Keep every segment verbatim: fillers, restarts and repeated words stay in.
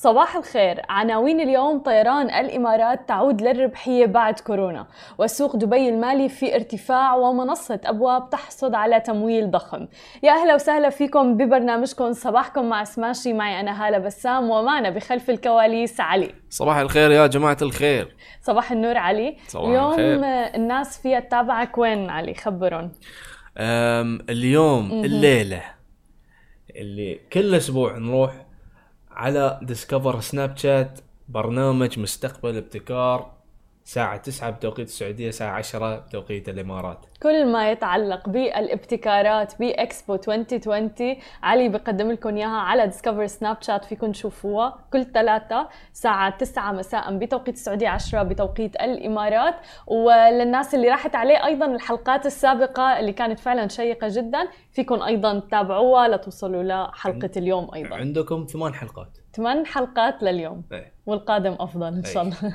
صباح الخير. عناوين اليوم: طيران الإمارات تعود للربحية بعد كورونا، وسوق دبي المالي في ارتفاع، ومنصة أبواب تحصد على تمويل ضخم. يا أهلا وسهلا فيكم ببرنامجكم صباحكم مع سماشي. معي أنا هالة بسام، ومعنا بخلف الكواليس علي. صباح الخير يا جماعة الخير. صباح النور علي. صباح اليوم الخير. الناس فيها تتابعك وين علي؟ خبرون. اليوم مهم. الليلة اللي كل أسبوع نروح على ديسكفر سناب شات، برنامج مستقبل ابتكار، ساعة تسعة بتوقيت السعودية، ساعة عشرة بتوقيت الإمارات. كل ما يتعلق بالابتكارات بإكسبو عشرين عشرين علي بقدم لكم إياها على ديسكفر سناب شات. فيكم تشوفوها كل ثلاثة ساعة تسعة مساء بتوقيت السعودية، عشرة بتوقيت الإمارات. وللناس اللي راحت عليه أيضا الحلقات السابقة اللي كانت فعلا شيقة جدا، فيكم أيضا تتابعوها لتوصلوا لحلقة اليوم. أيضا عندكم ثمان حلقات ثمان حلقات لليوم. أي. والقادم أفضل إن شاء أي. الله.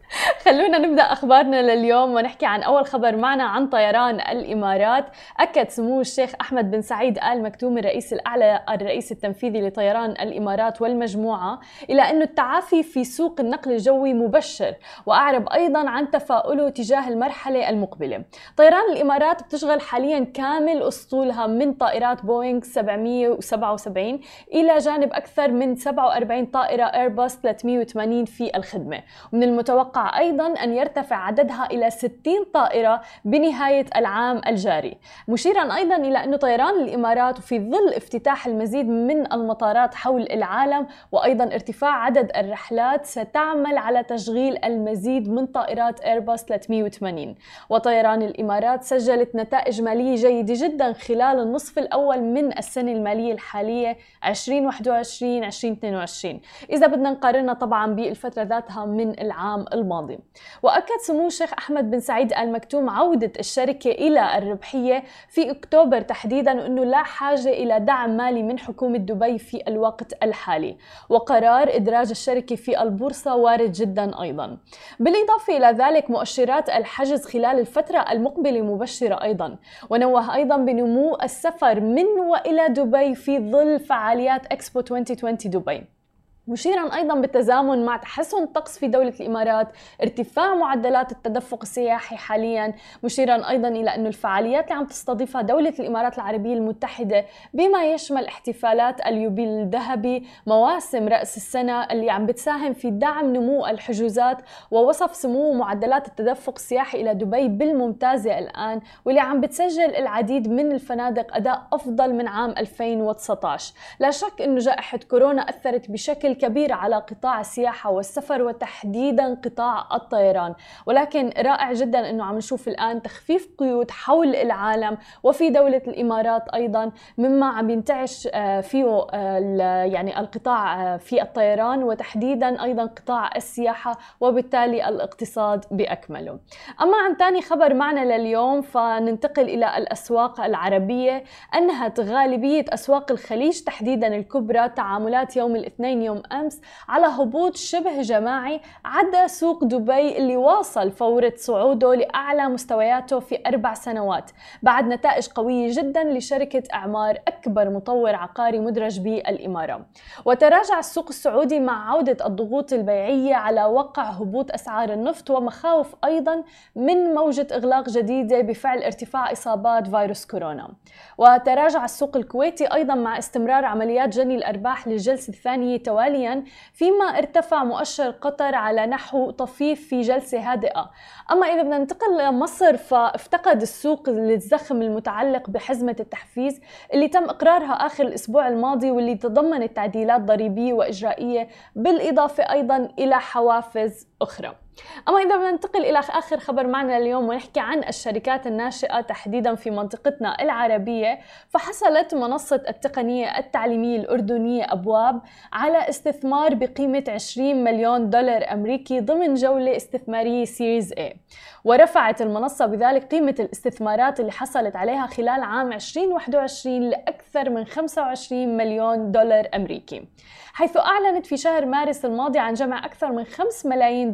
خلونا نبدأ أخبارنا لليوم ونحكي عن أول خبر معنا عن طيران الإمارات. أكد سمو الشيخ أحمد بن سعيد آل مكتوم الرئيس الأعلى الرئيس التنفيذي لطيران الإمارات والمجموعة إلى أن التعافي في سوق النقل الجوي مبشر، وأعرب أيضا عن تفاؤله تجاه المرحلة المقبلة. طيران الإمارات بتشغل حاليا كامل أسطولها من طائرات بوينغ سبعمية وسبعة وسبعين إلى جانب أكثر من سبعة وأربعين طائرة إيرباص ثلاثمية وثمانين في الخدمة، ومن المتوقع أيضاً أن يرتفع عددها إلى ستين طائرة بنهاية العام الجاري، مشيراً أيضاً إلى أن طيران الإمارات في ظل افتتاح المزيد من المطارات حول العالم وأيضاً ارتفاع عدد الرحلات ستعمل على تشغيل المزيد من طائرات إيرباص ثلاثمية وثمانين. وطيران الإمارات سجلت نتائج مالية جيدة جداً خلال النصف الأول من السنة المالية الحالية عشرين واحد وعشرين عشرين اثنين وعشرين، إذا بدنا نقارنها طبعاً بالفترة ذاتها من العام الماضي. وأكد سمو الشيخ أحمد بن سعيد آل مكتوم عودة الشركة إلى الربحية في أكتوبر تحديداً، وأنه لا حاجة إلى دعم مالي من حكومة دبي في الوقت الحالي، وقرار إدراج الشركة في البورصة وارد جداً أيضاً. بالإضافة إلى ذلك مؤشرات الحجز خلال الفترة المقبلة مبشرة أيضاً، ونوه أيضاً بنمو السفر من وإلى دبي في ظل فعاليات إكسبو عشرين عشرين دبي، مشيراً أيضاً بالتزامن مع تحسن الطقس في دولة الإمارات، ارتفاع معدلات التدفق السياحي حالياً، مشيراً أيضاً إلى أن الفعاليات اللي عم تستضيفها دولة الإمارات العربية المتحدة بما يشمل احتفالات اليوبيل الذهبي، مواسم رأس السنة اللي عم بتساهم في دعم نمو الحجوزات. ووصف سمو معدلات التدفق السياحي إلى دبي بالممتازة الآن، واللي عم بتسجل العديد من الفنادق أداء أفضل من عام ألفين وتسعة عشر. لا شك أن جائحة كورونا أثرت بشكل كبير على قطاع السياحة والسفر وتحديدا قطاع الطيران، ولكن رائع جدا انه عم نشوف الان تخفيف قيود حول العالم وفي دولة الامارات ايضا، مما عم ينتعش فيه يعني القطاع في الطيران وتحديدا ايضا قطاع السياحة وبالتالي الاقتصاد باكمله. اما عن ثاني خبر معنا لليوم فننتقل الى الاسواق العربية. انهت غالبية اسواق الخليج تحديدا الكبرى تعاملات يوم الاثنين يوم أمس على هبوط شبه جماعي، عدا سوق دبي اللي واصل فورة صعوده لأعلى مستوياته في أربع سنوات بعد نتائج قوية جدا لشركة أعمار أكبر مطور عقاري مدرج بالإمارة. وتراجع السوق السعودي مع عودة الضغوط البيعية على وقع هبوط أسعار النفط ومخاوف أيضا من موجة إغلاق جديدة بفعل ارتفاع إصابات فيروس كورونا. وتراجع السوق الكويتي أيضا مع استمرار عمليات جني الأرباح للجلسة الثانية تواليا، فيما ارتفع مؤشر قطر على نحو طفيف في جلسة هادئة. أما إذا بدنا ننتقل لمصر فافتقد السوق الزخم المتعلق بحزمة التحفيز اللي تم إقرارها آخر الأسبوع الماضي، واللي تضمنت تعديلات ضريبية وإجرائية بالإضافة أيضا إلى حوافز أخرى. أما إذا بدنا ننتقل إلى آخر خبر معنا اليوم ونحكي عن الشركات الناشئة تحديدا في منطقتنا العربية، فحصلت منصة التقنية التعليمية الأردنية أبواب على استثمار بقيمة عشرين مليون دولار أمريكي ضمن جولة استثمارية سيريز A، ورفعت المنصة بذلك قيمة الاستثمارات اللي حصلت عليها خلال عام عشرين واحد وعشرين لأكثر من خمسة وعشرين مليون دولار أمريكي، حيث أعلنت في شهر مارس الماضي عن جمع أكثر من خمسة ملايين دولار أمريكي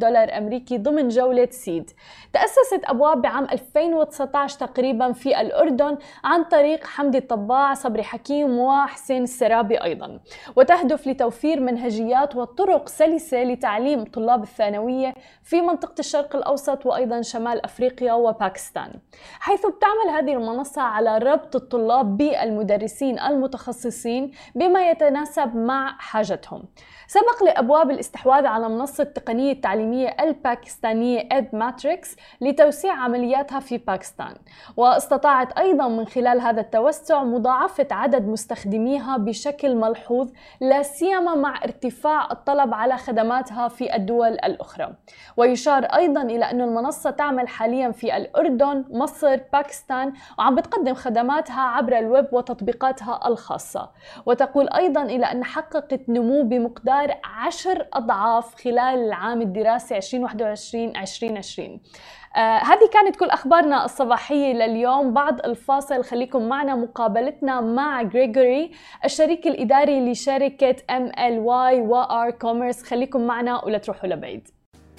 الأمريكي ضمن جولة سيد. تأسست أبواب بعام ألفين وتسعة عشر تقريبا في الأردن عن طريق حمدي الطباع، صبري حكيم وحسين السرابي أيضا، وتهدف لتوفير منهجيات وطرق سلسة لتعليم طلاب الثانوية في منطقة الشرق الأوسط وأيضا شمال أفريقيا وباكستان، حيث بتعمل هذه المنصة على ربط الطلاب بالمدرسين المتخصصين بما يتناسب مع حاجتهم. سبق لأبواب الاستحواذ على منصة التقنية التعليمية الباكستانية إد ماتريكس لتوسيع عملياتها في باكستان، واستطاعت أيضا من خلال هذا التوسع مضاعفة عدد مستخدميها بشكل ملحوظ، لا سيما مع ارتفاع الطلب على خدماتها في الدول الأخرى. ويشار أيضا إلى أن المنصة تعمل حاليا في الأردن، مصر، باكستان، وعم بتقدم خدماتها عبر الويب وتطبيقاتها الخاصة. وتقول أيضا إلى أن حققت نمو بمقدار عشر أضعاف خلال العام الدراسي ألفين وواحد وعشرين ألفين وعشرين. آه هذه كانت كل أخبارنا الصباحية لليوم. بعد الفاصل خليكم معنا مقابلتنا مع غريغوري، الشريك الإداري لشركة إم إل واي و آر Commerce. خليكم معنا ولا تروحوا لبعيد.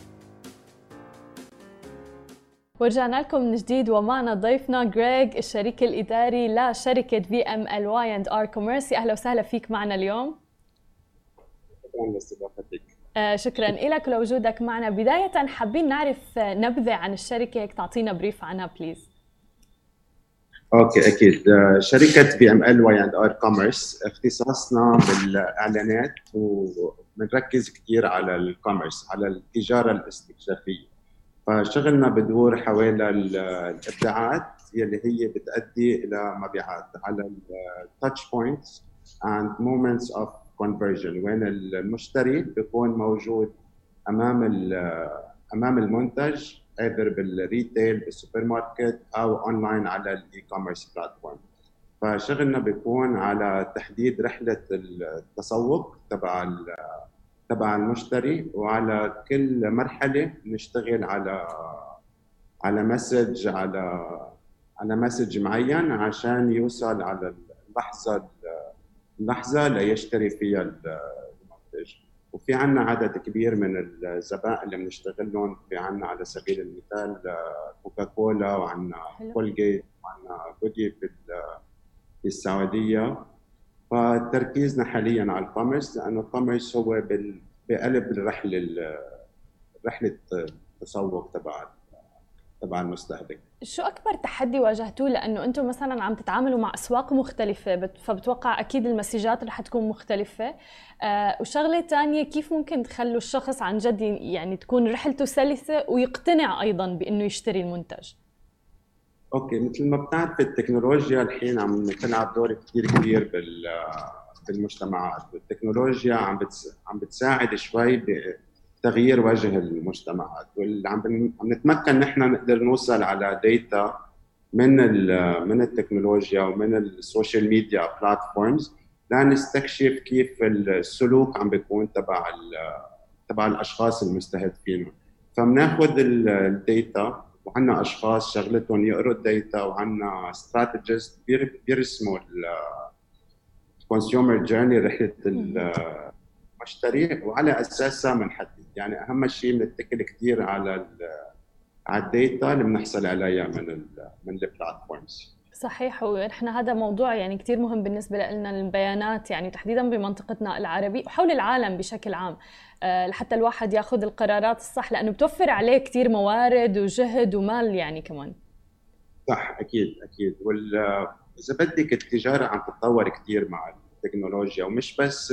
ورجعنا لكم من جديد ومعنا ضيفنا غريغ، الشريك الإداري لشركة في إم إل واي and آر Commerce. أهلا وسهلا فيك معنا اليوم. شكرا لاستضافتك. آه شكرا لك ولوجودك معنا. بداية حابين نعرف نبذة عن الشركة، هيك تعطينا بريف عنها بليز. اوكي اكيد. شركة في إم إل واي and آر Commerce اختصاصنا بالاعلانات وبنركز كثير على الكوميرس، على التجارة الاستكشافية. فشغلنا بدور حوالي الابداعات يلي هي بتؤدي الى مبيعات، على التاتش بوينتس and moments of conversion، وين المشتري بيكون موجود امام امام المنتج either بالريتيل بالسوبر ماركت او اونلاين على الاي كوميرس بلاتفورم. فشغلنا بيكون على تحديد رحله التسوق تبع تبع المشتري، وعلى كل مرحله نشتغل على على مسج على على مسج معين عشان يوصل على اللحظه اللحظه ليشتري فيها المنتج. وفي عندنا عدد كبير من الزبائن اللي بنشتغل لهم، في عندنا على سبيل المثال كوكاكولا، وعندنا كولجيت، وعندنا بودي في في السعوديه. فتركيزنا حاليا على الكوميرس، لانه الكوميرس هو بقلب الرحله رحله التسوق تبع تبع المستهلك. شو أكبر تحدي واجهتوه؟ لأنه أنتم مثلاً عم تتعاملوا مع أسواق مختلفة، فبتوقع أكيد المسجات رح تكون مختلفة. آه وشغلة تانية، كيف ممكن تخلوا الشخص عن جد يعني تكون رحلته سلسة ويقتنع أيضاً بأنه يشتري المنتج؟ أوكي، مثل ما بتعرف التكنولوجيا الحين عم تلعب دور كتير كبير بالمجتمعات، والتكنولوجيا عم بتس... عم بتساعد شوي ب... تغيير وجه المجتمعات، واللي عم عم نتمكن نحن نقدر نوصل على داتا من من التكنولوجيا ومن السوشيال ميديا بلاتفورمز لنستكشف كيف السلوك عم بيكون تبع تبع الاشخاص المستهدفين. فبناخذ الداتا، وعندنا اشخاص شغلتهم يقروا الداتا، وعندنا استراتيجيست بيرسموا الكونسيومر جيرني، رحله المشتري، وعلى اساسها بنحدد. يعني اهم شيء بنتكل كثير على على الداتا اللي بنحصل عليها من ال من البلاتفورمز. صحيح، ونحن هذا موضوع يعني كثير مهم بالنسبه لنا، البيانات يعني تحديدا بمنطقتنا العربيه وحول العالم بشكل عام، لحتى الواحد ياخذ القرارات الصح، لانه بتوفر عليه كثير موارد وجهد ومال يعني كمان. صح، اكيد اكيد. وال اذا بدك التجاره عم تتطور كثير مع التكنولوجيا، ومش بس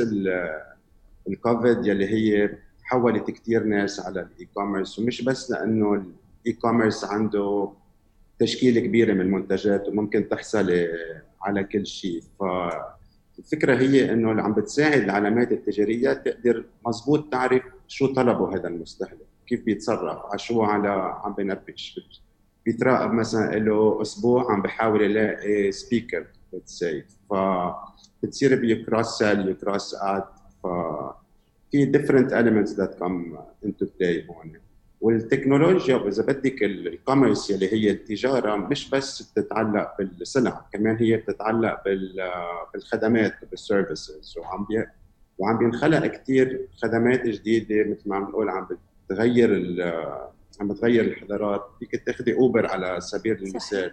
الكوفيد يلي هي حولت كثير ناس على الاي كوميرس، ومش بس لانه الاي كوميرس عنده تشكيله كبيره من المنتجات وممكن تحصل على كل شيء. فالفكره هي انه اللي عم بتساعد العلامات التجاريه تقدر مزبوط تعرف شو طلبه هذا المستهلك، كيف بيتصرف، على شو على عم بينبش، بيتراقب مثلا له اسبوع عم بحاول يلاقي سبيكر بتسي، فبتصير بيكروس سيل يكروس اد. ف في different elements that come into play هون. والتكنولوجيا واذا بدك الكوميرس اللي هي التجاره مش بس بتتعلق بالسلع، كمان هي بتتعلق بالخدمات وبالسيرفيسز، وعم بي وعم بينخلق كثير خدمات جديده مثل ما عم نقول عم تغير عم تغير الحضارات. فيك تاخذي اوبر على سبيل المثال،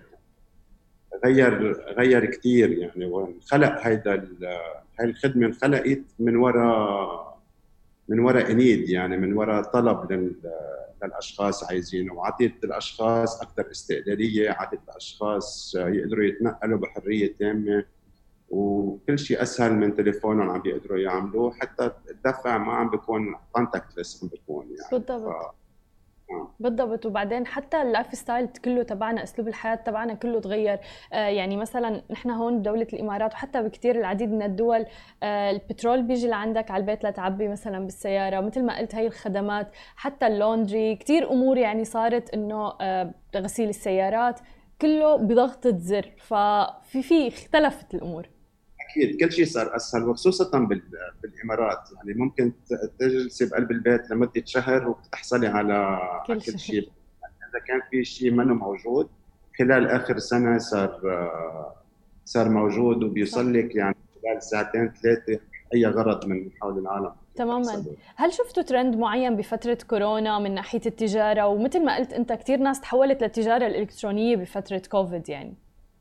غير غير كثير يعني. وخلق هيدا هاي الخدمه انخلقت من وراء من وراء انيد، يعني من وراء طلب للاشخاص عايزينه، وعطيت الاشخاص اكثر استقلاليه، عطيت الاشخاص يقدروا يتنقلوا بحريه تامه، وكل شيء اسهل من تليفونهم عم بيقدروا يعملوه، حتى الدفع ما عم بيكون كونتاكتلس، عم بيكون يعني بالضبط. ف... بالضبط. وبعدين حتى اللايف ستايل كله تبعنا، اسلوب الحياه تبعنا كله تغير. آه يعني مثلا نحن هون بدوله الامارات وحتى بكثير العديد من الدول، آه البترول بيجي لعندك على البيت لتعبي مثلا بالسياره، مثل ما قلت هي الخدمات، حتى اللوندري، كثير امور يعني صارت انه آه غسيل السيارات كله بضغطه زر. ففي في اختلفت الامور. اكيد كل شيء صار اسهل، وخصوصا بالامارات يعني ممكن تجلسي بقلب البيت لمده شهر وتحصلي على كل, كل شيء. اذا كان في شيء منه موجود خلال اخر سنه صار صار موجود وبيوصل لك يعني خلال ساعتين ثلاثه اي غرض من حول العالم. تماما. هل شفتوا ترند معين بفتره كورونا من ناحيه التجاره؟ ومثل ما قلت انت كثير ناس تحولت للتجاره الالكترونيه بفتره كوفيد. يعني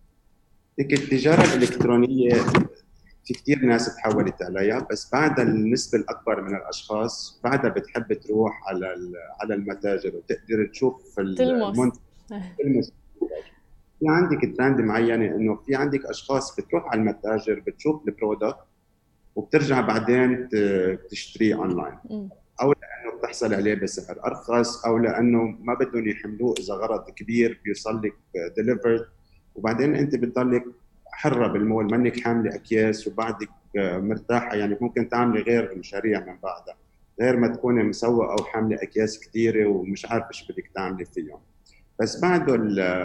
هيك التجاره الالكترونيه في كثير ناس تحولت عليها، بس بعدها النسبه الاكبر من الاشخاص بعدها بتحب تروح على على المتاجر وتقدر تشوف المنتج. تلمس. في عندك ترند معينه انه في عندك اشخاص بتروح على المتاجر بتشوف البرودكت وبترجع بعدين تشتريه اونلاين، او لانه بتحصل عليه بسعر ارخص، او لانه ما بدهم يحملوه اذا غرض كبير بيوصل لك ديليفرد، وبعدين انت بتضلك حرة بالمول، منك حاملة أكياس وبعدك مرتاحة. يعني ممكن تعملي غير مشاريع من بعدها، غير ما تكوني مسوقة أو حاملة أكياس كثيرة ومش عارفة إيش بدك تعملي فيهم. بس بعده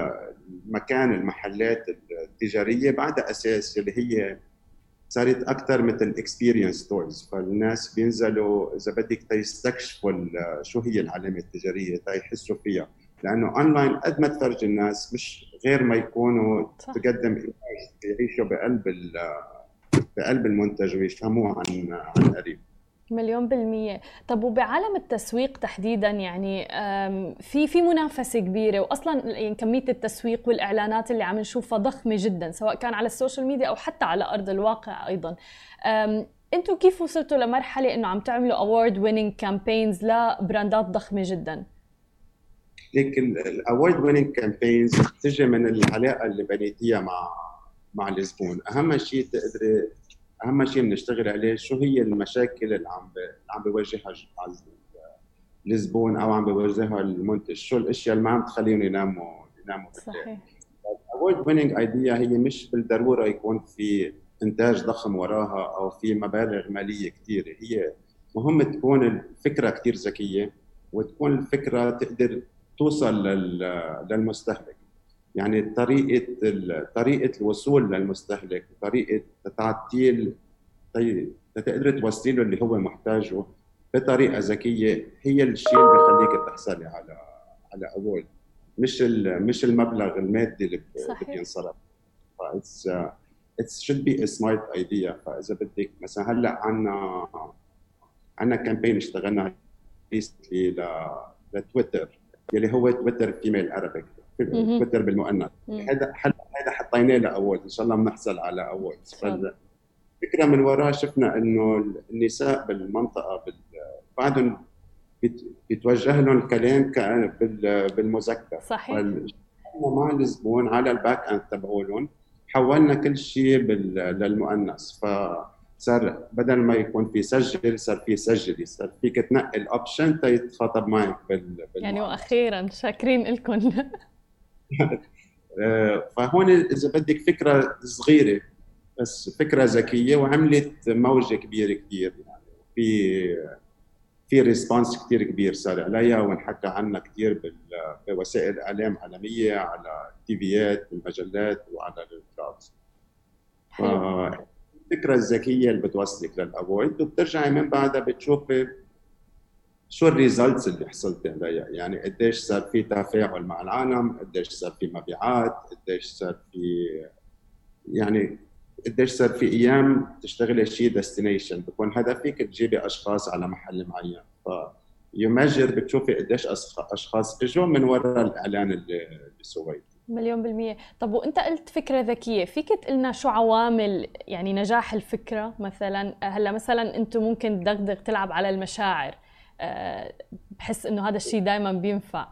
المكان المحلات التجارية بعدها أساس، اللي هي صارت أكثر مثل experience stores، فالناس بينزلوا إذا بدك تستكشفوا شو هي العلامة التجارية تيحسوا فيها، لأنه أونلاين قد ما تفرج الناس مش غير ما يكونوا تقدم يعيشوا بقلب بقلب المنتج ويفهموه عن عن قريب. مليون بالمية. طب وبعالم التسويق تحديدا يعني في في منافسة كبيرة، وأصلا يعني كمية التسويق والإعلانات اللي عم نشوفها ضخمة جدا، سواء كان على السوشيال ميديا أو حتى على أرض الواقع أيضا. أنتوا كيف وصلتوا لمرحلة إنه عم تعملوا award winning campaigns لبراندات ضخمة جدا؟ ليك الاورد ويننج كامبينز بتجي من العلاقه اللي بنيتيها مع مع الزبون. اهم شيء تقدري اهم شيء بنشتغل عليه شو هي المشاكل اللي عم ب... عم بيواجهها الزبون او عم بيواجهها المنتج، شو الاشياء اللي ما عم تخليهم يناموا يناموا بالليل. صحيح. الاورد ويننج ايديا هي مش بالضروره يكون في انتاج ضخم وراها او في مبالغ ماليه كثيره، هي مهم تكون الفكره كثير ذكيه، وتكون الفكره تقدر توصل للمستهلك. يعني طريقه طريقه الوصول للمستهلك، طريقه تعطيه تقدر توصلي له اللي هو محتاجه بطريقه ذكيه، هي الشيء اللي بيخليك تحصلي على على اول، مش مش المبلغ المادي اللي بينصرف. فايتس اتس شود بي ا سمارت ايديا. فاذا بدك مثلا هلا عندنا عندنا كامبين اشتغلنا ريسنتلي لتويتر يلي هو تويتر فيميل عربيك، تويتر بالمؤنث. هذا هذا حطيناه لاول، ان شاء الله بنحصل على اول. فكره من وراه شفنا انه النساء بالمنطقه بعدهم بيتوجه لهم الكلام بالمذكر. صحيح. مع الزبون على الباك اند تبعولهم حولنا كل شيء للمؤنث، فصار بدل ما يكون في سجل صار في سجلي، صار فيك تنقل اوبشن تيتخاطب معك بال يعني واخيرا شاكرين لكم. فهون اذا بدك فكره صغيره بس فكره ذكيه وعملت موجه كبيره كثير، يعني في في ريسبونس كثير كبير صار عليها وانحكى عنها كثير بوسائل الاعلام العالميه، على التيفيات والمجلات وعلى البلوجز. الفكره الذكيه اللي بتوصلك للابويد، وبترجعي من بعدها بتشوفي شو الريزلتس اللي حصلت عليها، يعني قديش صار في تفاعل مع العالم، قديش صار في مبيعات، قديش صار في يعني قديش صار في ايام تشتغلي شيء ديستنيشن بكون هدفك تجيبي اشخاص على محل معين. يمجر بتشوفي قديش اشخاص اجوا من وراء الاعلان اللي اللي سويته. مليون بالمية. طب وانت قلت فكرة ذكية، فيك تقلنا شو عوامل يعني نجاح الفكرة مثلا؟ هلا مثلا انتم ممكن تدغدغ تلعب على المشاعر، أه بحس انه هذا الشيء دائما بينفع.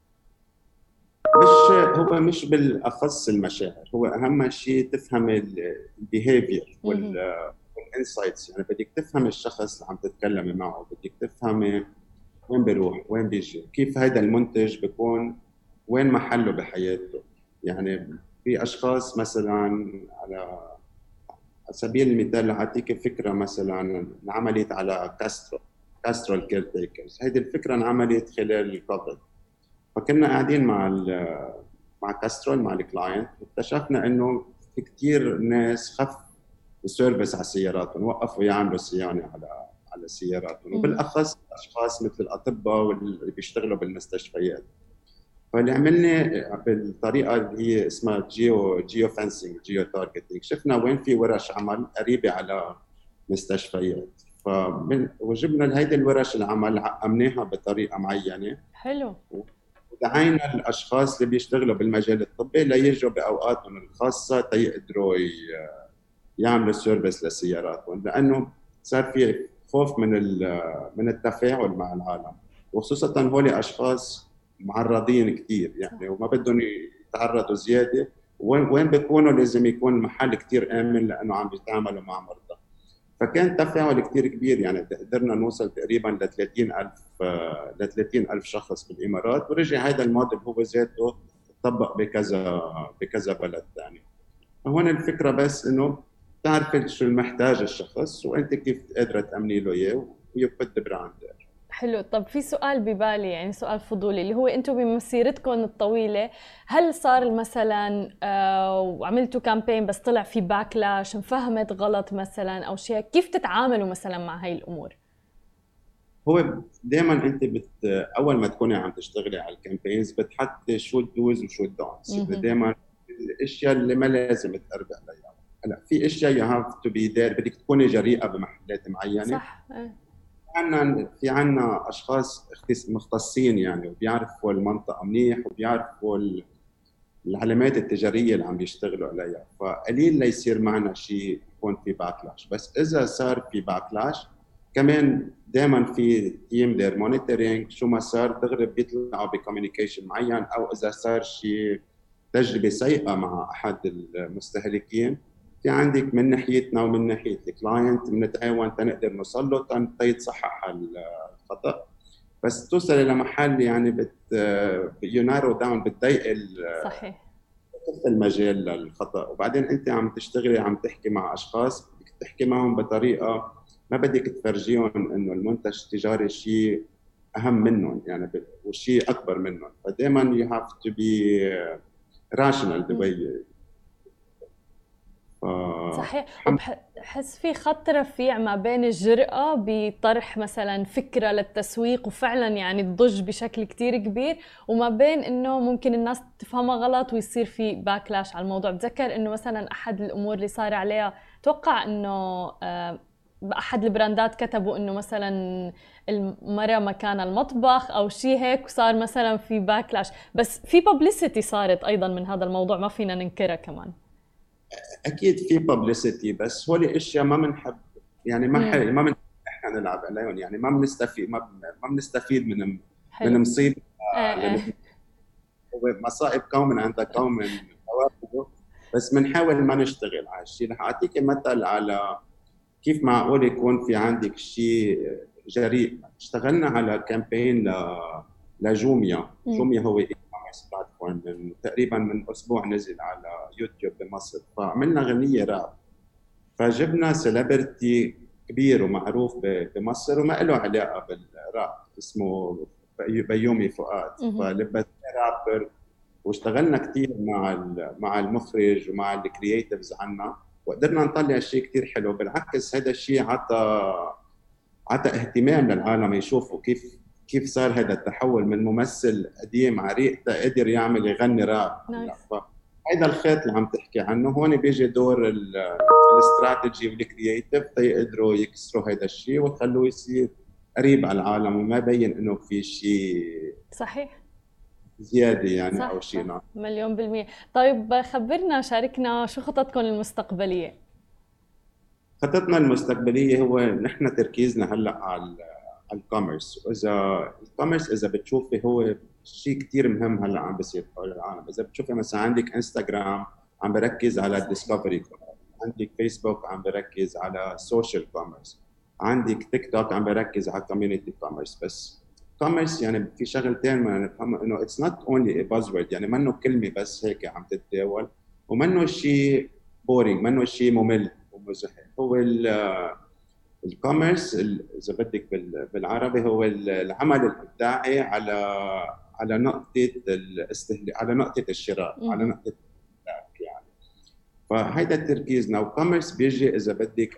مش هو مش بالاخص المشاعر، هو اهم شيء تفهم البيهيفير والانسايتس، يعني بدك تفهم الشخص اللي عم تتكلمي معه، بدك تفهمي وين بيروح وين بيجي، كيف هذا المنتج بيكون وين محله بحياته. يعني في اشخاص مثلا، على سبيل المثال اعطيك فكره، مثلا انعملت على كاسترو كاسترو الكير تيكرز، هذه الفكره انعملت خلال الكوفيد. فكنا قاعدين مع مع كاسترول مع الكلاينت، واكتشفنا انه في كثير ناس خف السيرفيس على سياراتهم، وقفوا يعملوا صيانه على على سياراتهم، وبالاخص اشخاص مثل الاطباء واللي بيشتغلوا بالمستشفيات. فاللي عملنا بالطريقه اللي هي اسمها جيو جيو فانسينج جيو تارجتنج، شفنا وين في ورش عمل قريبه على مستشفيات، فمن وجبنا هيدي الورش العمل عقمناها بطريقه معينه. حلو. دعينا الاشخاص اللي بيشتغلوا بالمجال الطبي ليجوا باوقاتهم الخاصه تيقدروا يعملوا سيرفيس لسياراتهم، لانه صار في خوف من من التفاعل مع العالم، وخصوصا هول اشخاص معرضين كثير يعني، وما بدهم يتعرضوا زياده، وين وين بيكونوا لازم يكون محل كثير امن لانه عم بيتعاملوا مع مرضى. فكان تفاعل كثير كبير، يعني قدرنا نوصل تقريبا ل ثلاثين ألف ل ثلاثين ألف شخص بالامارات، ورجع هذا الموديل هو ذاته تطبق بكذا بكذا بلد ثاني. فهون الفكره بس انه تعرفي شو المحتاج الشخص وانت كيف قادره تامني له اياه ويبت براند. حلو. طب في سؤال ببالي، يعني سؤال فضولي، اللي هو انتم بمسيرتكم الطويله هل صار مثلا آه وعملتوا كامبين بس طلع في باكلاش، انفهمت غلط مثلا او شيء، كيف تتعاملوا مثلا مع هاي الامور؟ هو دائما انت بت اول ما تكوني عم تشتغلي على الكامبينز بتحطي شو الدوز وشو الدونتس، دائما الاشياء اللي ما لازم تقربي عليها. هلا في اشياء يو هاف تو بي ذير، بدك تكوني جريئه بمحلات معينه. صح. عندنا في عندنا اشخاص مختصين يعني، وبيعرفوا المنطقه منيح، وبيعرفوا العلامات التجاريه اللي عم بيشتغلوا عليها، فقليل ليصير معنا شيء يكون في باكلاش. بس اذا صار في باكلاش كمان دائما في تيم دير مونيتورينج، شو ما صار دغري بيطلعوا بكوميونيكيشن معين، او اذا صار شيء تجربه سيئه مع احد المستهلكين، في عندك من ناحيتنا ومن ناحيه الكلاينت بنتعاون تنقدر نوصل له تيتصحح الخطا. بس توصل الى محل يعني بت يونارو داون بتضيق صحيح المجال للخطا. وبعدين انت عم تشتغلي عم تحكي مع اشخاص، بدك تحكي معهم بطريقه ما بدك تفرجيهم انه المنتج التجاري شيء اهم منهم يعني وشيء اكبر منهم. فدائما you have to be rational the way. ف... صحيح. وبحس في خط رفيع ما بين الجرأة بطرح مثلا فكرة للتسويق وفعلا يعني تضج بشكل كتير كبير، وما بين انه ممكن الناس تفهمها غلط ويصير في باكلاش على الموضوع. بتذكر انه مثلا احد الامور اللي صار عليها، توقع انه بأحد البراندات كتبوا انه مثلا المرأة مكان المطبخ او شيء هيك، وصار مثلا في باكلاش، بس في بابليسيتي صارت ايضا من هذا الموضوع ما فينا ننكرها كمان. اكيد في بابليسيتي، بس هول اشياء ما بنحب يعني ما حل... ما بنحب احنا نلعب عليهم يعني، ما بنستفيد ما ما بنستفيد من حلو. من مصيبه مصائب قوم عند قوم حوادث، بس بنحاول ما نشتغل على الشيء. رح اعطيك مثل على كيف معقول يكون في عندك شيء جريء. اشتغلنا على كامبين ل لجوميا. جوميا هو بلاتفورم من تقريبا من اسبوع نزل على يوتيوب بمصر، فعملنا غنيه راب، فجبنا سيلبرتي كبير ومعروف بمصر وما له علاقه بالراب، اسمه بيومي فؤاد، فلبسنا رابر واشتغلنا كثير مع مع المخرج ومع الكرييتيفز عنا، وقدرنا نطلع شيء كثير حلو. بالعكس هذا الشيء عطى عطى اهتمام للعالم يشوفوا كيف كيف صار هذا التحول من ممثل قديم عريق قادر يعمل يغني راب. هذا الخيط اللي عم تحكي عنه، هون بيجي دور الاستراتيجي والكرييتيف تيقدروا يكسروا هذا الشيء ويخلوه يصير قريب على العالم وما يبين انه في شيء صحيح زياده يعني صح او شيء صح ناقص. مليون بالمية. طيب خبرنا، شاركنا شو خططكم المستقبلية؟ خطتنا المستقبليه هو نحن تركيزنا هلا على على الكوميرس، واذا الكوميرس اذا بتشوفي هو شيء كثير مهم هلا عم بيصير حول العالم. اذا بتشوفي مثلا عندك انستغرام عم بركز على الديسكفري، عندك فيسبوك عم بركز على السوشيال كوميرس، عندك تيك توك عم بركز على كوميونتي كوميرس. بس كوميرس يعني في شغلتين ما نفهمها، انه اتس نوت اونلي بازورد، يعني منه كلمه بس هيك عم تتداول، ومنه شيء بورينج، منه شيء ممل ومزهق. هو الكوميرس اذا بدك بالعربي هو العمل الابداعي على على نقطه الاستهلاك، على نقطه الشراء، على نقطه الاستهلاك يعني. فهيدا تركيزنا. وكوميرس بيجي اذا بدك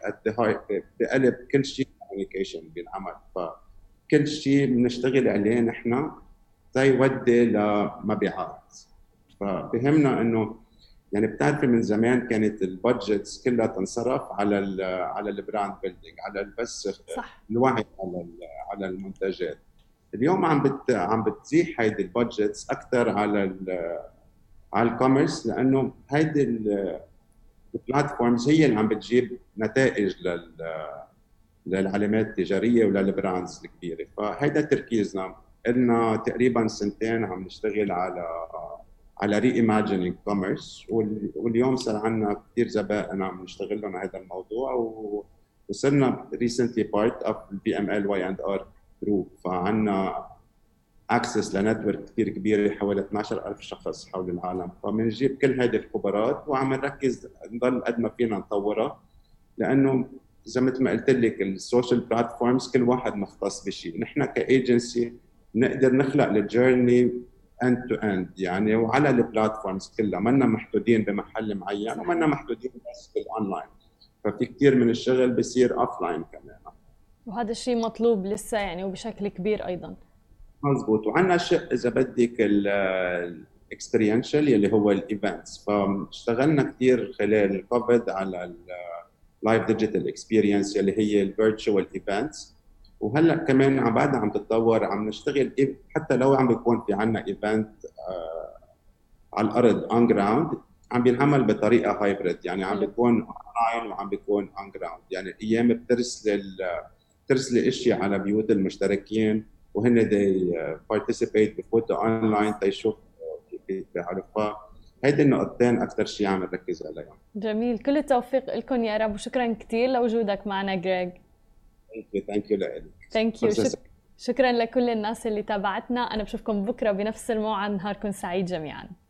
بقلب كل شيء كوميونيكيشن بينعمل، فكل شيء بنشتغل عليه نحن تيودي لمبيعات. فبهمنا انه يعني بتعرفي من زمان كانت البادجتس كلها تنصرف على ال على البراند بيلدينج، على بس الوعي على على المنتجات. اليوم عم بت عم بتزيح هيدي البادجتس اكثر على على الكوميرس، لانه هيدي البلاتفورمز هي اللي عم بتجيب نتائج لل للعلامات التجاريه وللبراندز الكبيره. فهيدا تركيزنا. لنا تقريبا سنتين عم نشتغل على على ري ايماجينينج كوميرس، واليوم صار عندنا كثير زبائن عم نشتغل لهم على هذا الموضوع، وصرنا ريسنتلي بارت اوف البي ام ال واي اند ار جروب. فعندنا اكسس لنتورك كثير كبيره حوالي اثني عشر ألف شخص حول العالم. فبنجيب كل هذه الخبرات وعم نركز نضل قد ما فينا نطورها، لانه زي مثل ما قلت لك السوشيال بلاتفورمز كل واحد مختص بشيء. نحن كايجنسي نقدر نخلق الجيرني اند تو اند يعني، وعلى البلاتفورمز كلها، منا محدودين بمحل معين ومنا محدودين بس بالاونلاين. ففي كثير من الشغل بيصير اوف لاين كمان، وهذا الشيء مطلوب لسه يعني وبشكل كبير ايضا. مزبوط. وعندنا شيء اذا بدك الاكسبيرينشال اللي هو الايفنتس. فاشتغلنا كثير خلال الكوفيد على اللايف ديجيتال اكسبيرينس اللي هي الفيرتشوال ايفنتس، وهلا كمان عم بعدها عم تتطور. عم نشتغل حتى لو عم بيكون في عندنا ايفنت آه على الارض اون جراوند، عم بينعمل بطريقه هايبريد، يعني عم بيكون اونلاين وعم بيكون اون جراوند. يعني ايام بترسل بترسلي اشياء على بيوت المشتركين وهن دي بارتيسيبيت بفوتو اونلاين تيشوف كيف بيعرفها. هيدي النقطتين اكثر شيء عم نركز عليهم. جميل، كل التوفيق لكم يا رب، وشكرا كثير لوجودك معنا جريج. ثانك يو ثانك يو لك. ثانك يو. شكرا لكل الناس اللي تابعتنا. انا بشوفكم بكره بنفس الموعد. نهاركم سعيد جميعا.